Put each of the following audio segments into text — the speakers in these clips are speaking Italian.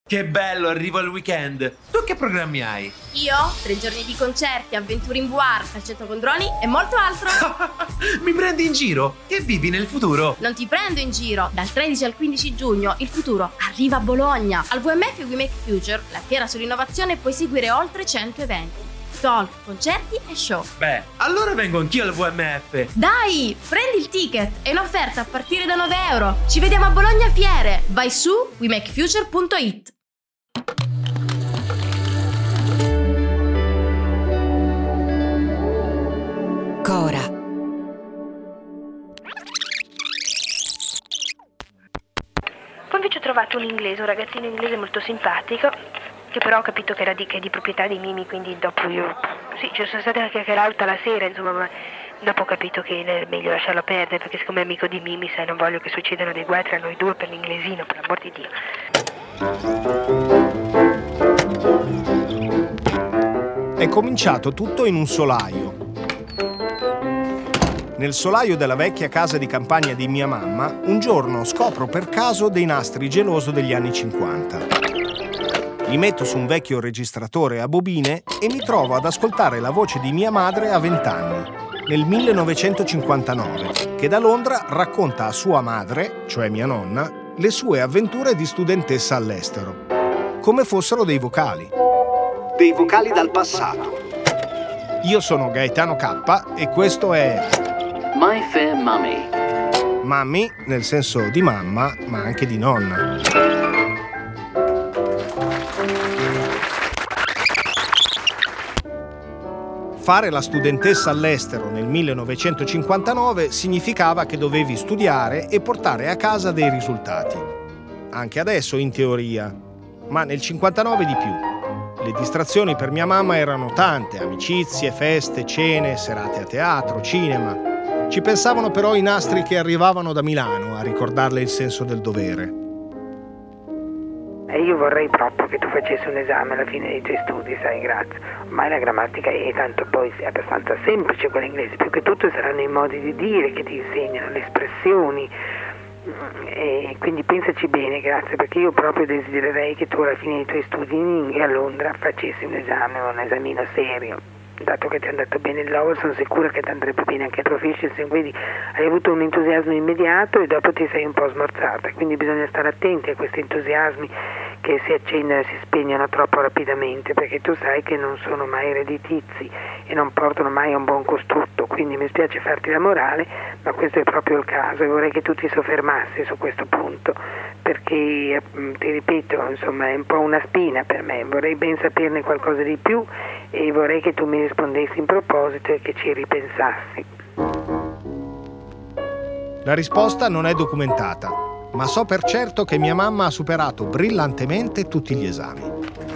Che bello, arrivo al weekend. Tu che programmi hai? Io? 3 giorni di concerti, avventure in VR, calcetto con droni e molto altro. Mi prendi in giro? Che vivi nel futuro? Non ti prendo in giro. Dal 13 al 15 giugno il futuro arriva a Bologna. Al WMF We Make Future, la fiera sull'innovazione, puoi seguire oltre 100 eventi. Talk, concerti e show. Beh, allora vengo anch'io al WMF. Dai, prendi il ticket, è un'offerta a partire da 9 euro. Ci vediamo a Bologna Fiere. Vai su wemakefuture.it. Cora. Poi invece ho trovato un ragazzino inglese molto simpatico, che però ho capito che è di proprietà di Mimi, quindi dopo ci sono state anche chiacchierare tutta la sera, insomma, ma dopo ho capito che è meglio lasciarlo perdere, perché siccome è amico di Mimi, sai, non voglio che succedano dei guai tra noi due per l'inglesino, per l'amor di Dio. È cominciato tutto in un solaio. Nel solaio della vecchia casa di campagna di mia mamma, un giorno scopro per caso dei nastri geloso degli anni 50. Li metto su un vecchio registratore a bobine e mi trovo ad ascoltare la voce di mia madre a 20 anni, nel 1959, che da Londra racconta a sua madre, cioè mia nonna, le sue avventure di studentessa all'estero, come fossero dei vocali. Dei vocali dal passato. Io sono Gaetano K e questo è My Fair Mummy. Mummy nel senso di mamma, ma anche di nonna. Fare la studentessa all'estero nel 1959 significava che dovevi studiare e portare a casa dei risultati. Anche adesso in teoria, ma nel 59 di più. Le distrazioni per mia mamma erano tante: amicizie, feste, cene, serate a teatro, cinema. Ci pensavano però i nastri che arrivavano da Milano a ricordarle il senso del dovere. E io vorrei proprio che tu facessi un esame alla fine dei tuoi studi, sai, grazie. Ormai la grammatica è tanto poi è abbastanza semplice con l'inglese, più che tutto saranno i modi di dire che ti insegnano, le espressioni. E quindi pensaci bene, grazie, perché io proprio desidererei che tu alla fine dei tuoi studi a Londra facessi un esamino serio. Dato che ti è andato bene il Lowell, sono sicura che ti andrebbe bene anche il Proficiency, quindi hai avuto un entusiasmo immediato e dopo ti sei un po' smorzata, quindi bisogna stare attenti a questi entusiasmi che si accendono e si spegnono troppo rapidamente, perché tu sai che non sono mai redditizi e non portano mai a un buon costrutto, quindi mi spiace farti la morale, ma questo è proprio il caso e vorrei che tu ti soffermassi su questo punto, perché ti ripeto, insomma, è un po' una spina per me, vorrei ben saperne qualcosa di più e vorrei che tu mi rispondessi in proposito e che ci ripensassi. La risposta non è documentata, ma so per certo che mia mamma ha superato brillantemente tutti gli esami.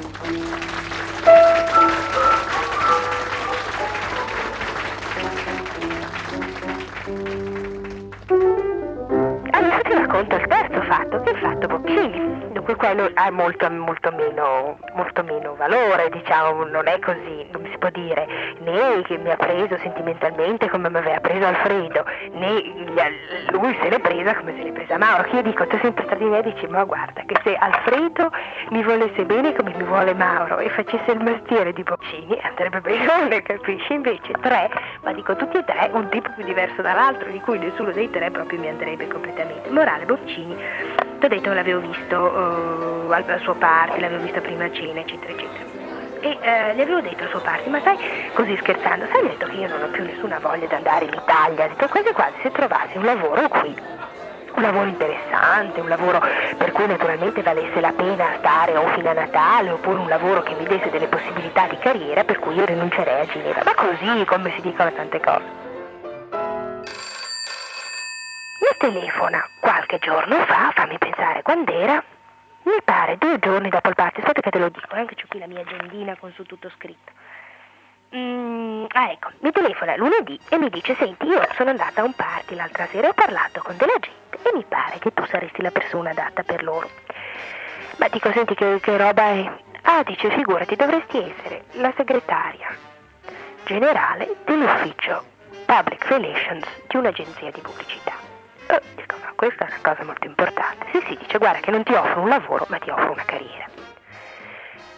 Allora ti racconto il terzo fatto, che è il fatto Boccini. Dunque quello ha molto meno valore, diciamo, non è così, non si può dire né che mi ha preso sentimentalmente come mi aveva preso Alfredo, né lui se l'è presa come se l'è presa Mauro, che io dico, tu sempre tra di me dici, ma guarda che se Alfredo mi volesse bene come mi vuole Mauro e facesse il mestiere di Boccini andrebbe bene, capisci? Invece tre, ma dico tutti e tre, un tipo più diverso dall'altro, di cui nessuno dei tre proprio mi andrebbe completamente. Morale, Boccini, ti ho detto che l'avevo visto al suo party, l'avevo vista prima a cena, eccetera eccetera, e gli avevo detto al suo party, ma sai, così scherzando, sai, gli ho detto che io non ho più nessuna voglia di andare in Italia, ho detto quasi quasi se trovassi un lavoro qui, un lavoro interessante, un lavoro per cui naturalmente valesse la pena stare o fino a Natale, oppure un lavoro che mi desse delle possibilità di carriera per cui io rinuncerei a Ginevra, ma così come si dicono tante cose. Mi telefona qualche giorno fa, fammi pensare quand'era, mi pare 2 giorni dopo il party, aspetta che te lo dico, anche c'ho qui la mia agendina con su tutto scritto. Ecco, mi telefona lunedì e mi dice, senti, io sono andata a un party l'altra sera e ho parlato con della gente e mi pare che tu saresti la persona adatta per loro. Ma dico, senti, che roba è? Ah, dice, figurati, dovresti essere la segretaria generale dell'ufficio Public Relations di un'agenzia di pubblicità. Dico, ma questa è una cosa molto importante. Sì, dice, guarda che non ti offro un lavoro, ma ti offro una carriera.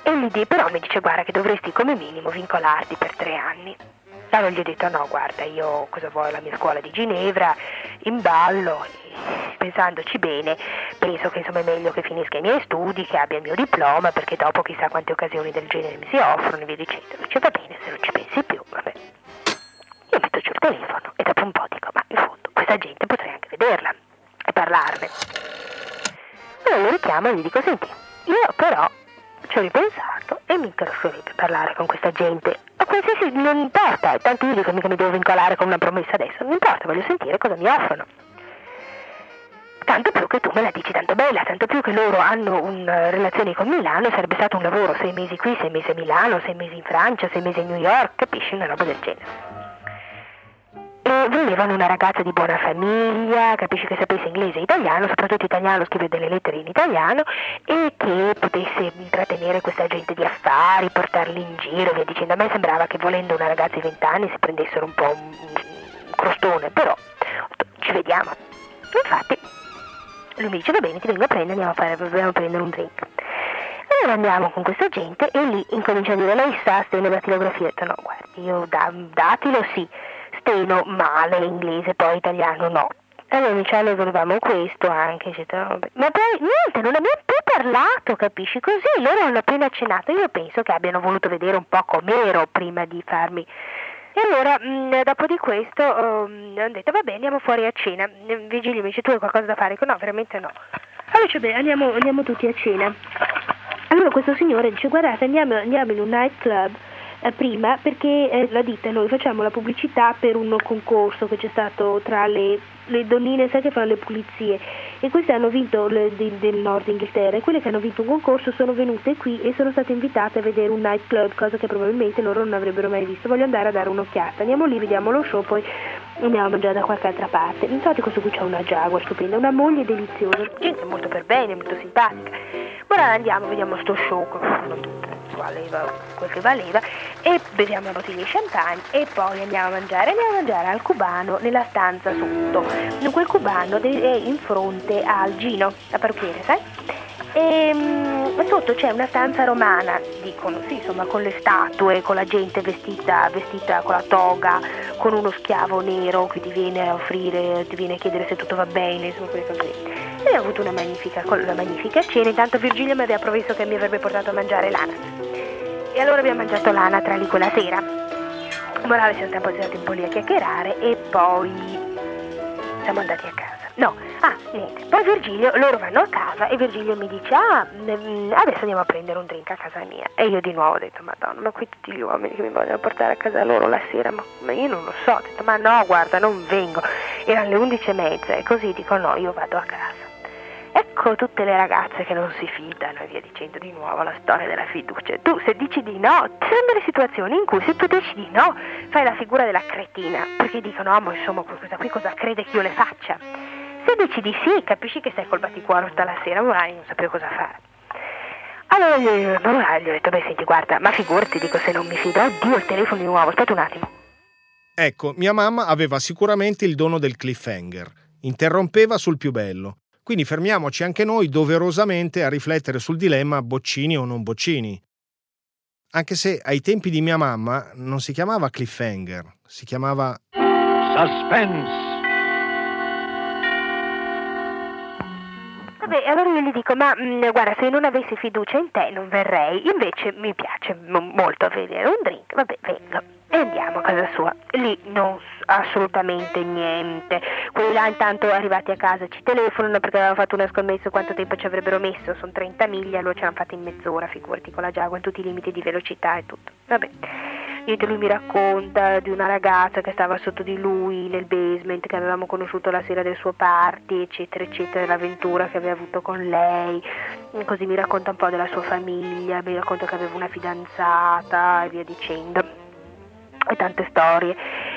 E però mi dice: guarda che dovresti come minimo vincolarti per 3 anni. Allora gli ho detto: no, guarda, io cosa vuoi, la mia scuola di Ginevra in ballo, e pensandoci bene penso che insomma è meglio che finisca i miei studi, che abbia il mio diploma, perché dopo chissà quante occasioni del genere mi si offrono e via dicendo. Dice: va bene, se non ci pensi più, vabbè. Io metto giù il telefono e dopo un po' dico: ma in fondo questa gente potrei anche vederla e parlarne. Allora lo richiamo e gli dico: senti, io però ci ho ripensato e mi interesserebbe parlare con questa gente. A qualsiasi, non importa, tanto io dico mica mi devo vincolare con una promessa adesso, non importa, voglio sentire cosa mi offrono. Tanto più che tu me la dici tanto bella, tanto più che loro hanno relazioni con Milano, sarebbe stato un lavoro 6 mesi qui, 6 mesi a Milano, 6 mesi in Francia, 6 mesi a New York, capisci, una roba del genere. E volevano una ragazza di buona famiglia, capisci, che sapesse inglese e italiano, soprattutto italiano, scrivere delle lettere in italiano, e che potesse intrattenere questa gente di affari, portarli in giro, via dicendo. A me sembrava che volendo una ragazza di 20 anni si prendessero un po' un crostone, però ci vediamo. Infatti lui mi dice: va bene, ti vengo a prendere, andiamo a prendere un drink. Allora andiamo con questa gente e lì incomincia a dire: lei sa steno dattilografia? Ho detto: no, guardi, io datilo sì, steno male, inglese poi italiano no. Allora noi volevamo questo anche, eccetera. Ma poi niente, non abbiamo più parlato, capisci? Così loro hanno appena cenato. Io penso che abbiano voluto vedere un po' com'ero prima di farmi. E allora dopo di questo ho detto: va bene, andiamo fuori a cena. Virgilio mi dice: tu hai qualcosa da fare? Dico: no, veramente no. Allora dice: bene, andiamo tutti a cena. Allora questo signore dice: guardate, andiamo in un nightclub prima, perché la ditta, noi facciamo la pubblicità per un concorso che c'è stato tra le donnine, sai, che fanno le pulizie, e queste hanno vinto del Nord Inghilterra, e quelle che hanno vinto un concorso sono venute qui e sono state invitate a vedere un nightclub, cosa che probabilmente loro non avrebbero mai visto. Voglio andare a dare un'occhiata, andiamo lì, vediamo lo show, poi andiamo a mangiare da qualche altra parte. Infatti questo qui c'ha una Jaguar stupenda, una moglie deliziosa, gente molto per bene, molto simpatica. Ora andiamo, vediamo sto show, valeva quel che valeva, e beviamo una bottiglia di champagne e poi andiamo a mangiare al cubano nella stanza sotto. In quel cubano è in fronte al Gino, la parrucchiere, sai? E sotto c'è una stanza romana, dicono, sì, insomma, con le statue, con la gente vestita con la toga, con uno schiavo nero che ti viene a offrire, ti viene a chiedere se tutto va bene, insomma, quelle cose lì. E abbiamo avuto una magnifica cena. Intanto Virgilio mi aveva promesso che mi avrebbe portato a mangiare l'ananas. E allora abbiamo mangiato l'anatra lì quella sera. Morale, siamo stati un po' lì a chiacchierare e poi siamo andati a casa. Niente. Poi loro vanno a casa e Virgilio mi dice: adesso andiamo a prendere un drink a casa mia. E io di nuovo ho detto: madonna, ma qui tutti gli uomini che mi vogliono portare a casa loro la sera, ma io non lo so. Ho detto: ma no, guarda, non vengo. Erano le 11:30 e così dico: no, io vado a casa. Ecco tutte le ragazze che non si fidano e via dicendo, di nuovo la storia della fiducia. Tu se dici di no, ci sono delle situazioni in cui se tu dici di no fai la figura della cretina, perché dicono: ma insomma questa qui cosa crede che io le faccia? Se dici di sì, capisci che sei col batticuore tutta la sera, ma non sapevo cosa fare. Allora gli ho detto: beh, senti, guarda, ma figurati, dico, se non mi fido, addio il telefono di nuovo, aspetta un attimo. Ecco, mia mamma aveva sicuramente il dono del cliffhanger, interrompeva sul più bello. Quindi fermiamoci anche noi doverosamente a riflettere sul dilemma boccini o non boccini. Anche se ai tempi di mia mamma non si chiamava cliffhanger, si chiamava suspense. Vabbè, allora io gli dico: ma guarda, se non avessi fiducia in te non verrei, invece mi piace molto vedere un drink, vabbè, vengo. E andiamo a casa sua. Lì non assolutamente niente. Quelli là intanto arrivati a casa ci telefonano perché avevano fatto una scommessa quanto tempo ci avrebbero messo. Sono 30 miglia, allora ce l'hanno fatta in mezz'ora, figurati, con la Jaguar, tutti i limiti di velocità e tutto. Vabbè. Niente, lui mi racconta di una ragazza che stava sotto di lui nel basement, che avevamo conosciuto la sera del suo party, eccetera, eccetera, l'avventura che aveva avuto con lei. Così mi racconta un po' della sua famiglia, mi racconta che aveva una fidanzata e via dicendo. E tante storie.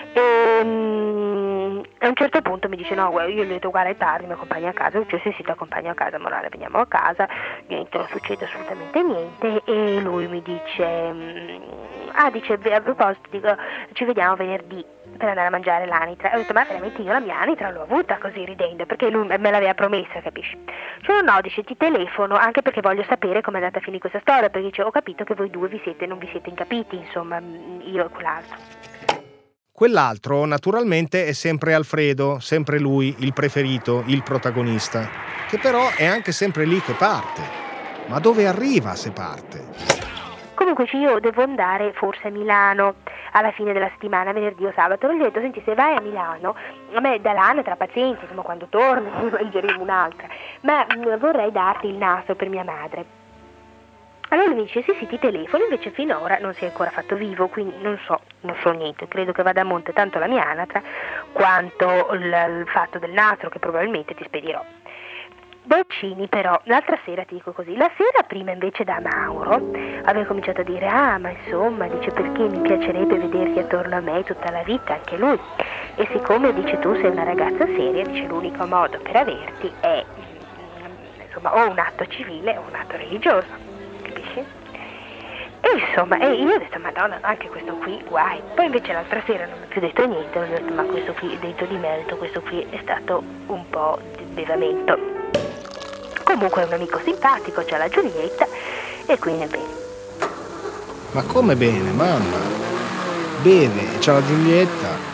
A un certo punto mi dice no, io gli ho detto guarda è tardi, mi accompagni a casa, cioè sì ti accompagno a casa, morale, veniamo a casa, niente, non succede assolutamente niente, e lui mi dice dice a proposito, dico ci vediamo venerdì per andare a mangiare l'anitra. Ho detto ma veramente io la mia anitra l'ho avuta, così ridendo, perché lui me l'aveva promessa, capisci? Cioè no, dice ti telefono anche perché voglio sapere come è andata a finire questa storia, perché dice ho capito che voi due non vi siete incapiti, insomma, io e quell'altro. Quell'altro, naturalmente, è sempre Alfredo, sempre lui, il preferito, il protagonista, che però è anche sempre lì che parte. Ma dove arriva se parte? Comunque io devo andare forse a Milano alla fine della settimana, venerdì o sabato. Gli ho detto, senti, se vai a Milano, a me da là tra pazienza, insomma, quando torno mangeremo un'altra, ma vorrei darti il nastro per mia madre. Allora lui mi dice sì ti telefono, invece finora non si è ancora fatto vivo, quindi non so niente, credo che vada a monte tanto la mia anatra quanto il fatto del nastro che probabilmente ti spedirò. Boccini però, l'altra sera ti dico così, la sera prima invece da Mauro aveva cominciato a dire ma insomma, dice perché mi piacerebbe vederti attorno a me tutta la vita, anche lui, e siccome dice tu sei una ragazza seria, dice l'unico modo per averti è insomma o un atto civile o un atto religioso. Capisci? E insomma, io ho detto madonna, anche questo qui, guai. Poi invece l'altra sera non mi ha più detto niente, ho detto ma questo qui, detto di merito, questo qui è stato un po' di bevamento. Comunque è un amico simpatico, c'ha la Giulietta e quindi è bene. Ma come bene, mamma? Beve, c'ha la Giulietta.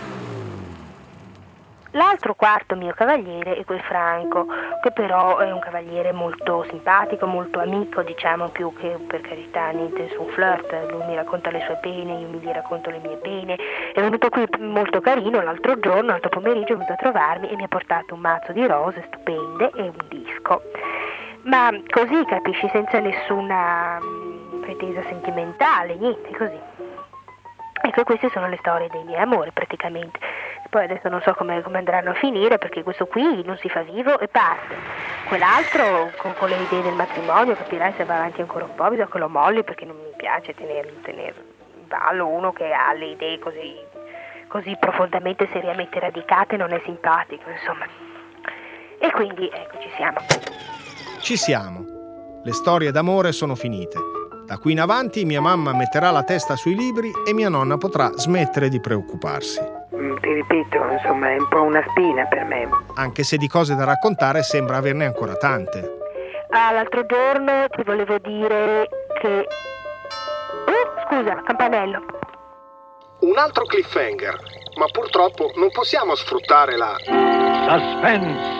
L'altro quarto mio cavaliere è quel Franco, che però è un cavaliere molto simpatico, molto amico, diciamo, più che per carità niente su un flirt. Lui mi racconta le sue pene, io gli racconto le mie pene. È venuto qui molto carino l'altro giorno, l'altro pomeriggio è venuto a trovarmi e mi ha portato un mazzo di rose stupende e un disco. Ma così, capisci, senza nessuna pretesa sentimentale, niente, così. Ecco, queste sono le storie dei miei amori praticamente. Poi adesso non so come andranno a finire, perché questo qui non si fa vivo e parte. Quell'altro con le idee del matrimonio, capirai, se va avanti ancora un po' bisogna che lo molli, perché non mi piace tenere in ballo uno che ha le idee così profondamente, seriamente radicate, non è simpatico, insomma. E quindi ecco, ci siamo. Ci siamo. Le storie d'amore sono finite. Da qui in avanti mia mamma metterà la testa sui libri e mia nonna potrà smettere di preoccuparsi. Ti ripeto, insomma, è un po' una spina per me. Anche se di cose da raccontare sembra averne ancora tante. L'altro giorno ti volevo dire che... scusa, campanello. Un altro cliffhanger, ma purtroppo non possiamo sfruttare la... Suspense.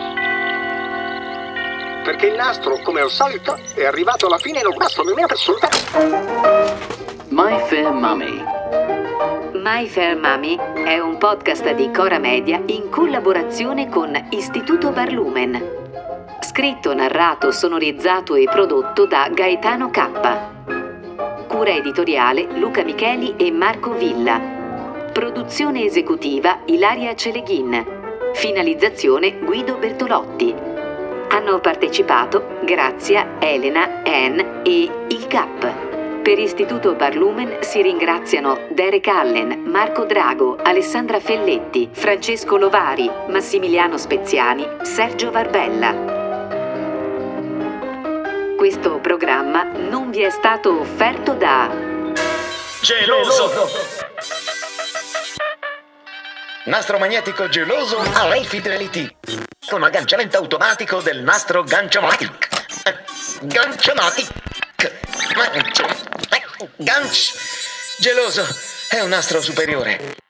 Perché il nastro, come al solito, è arrivato alla fine e non basta nemmeno per soltanto. My Fair Mummy. My Fair Mummy è un podcast di Cora Media in collaborazione con Istituto Barlumen. Scritto, narrato, sonorizzato e prodotto da Gaetano K. Cura editoriale Luca Micheli e Marco Villa. Produzione esecutiva Ilaria Celeghin. Finalizzazione Guido Bertolotti. Hanno partecipato Grazia, Elena, Anne e il Cap. Per Istituto Barlumen si ringraziano Derek Allen, Marco Drago, Alessandra Felletti, Francesco Lovari, Massimiliano Speziani, Sergio Varbella. Questo programma non vi è stato offerto da Geloso! Nastro magnetico geloso a Ray Fidelity con agganciamento automatico del nastro Ganchomatic. Ganch geloso è un nastro superiore.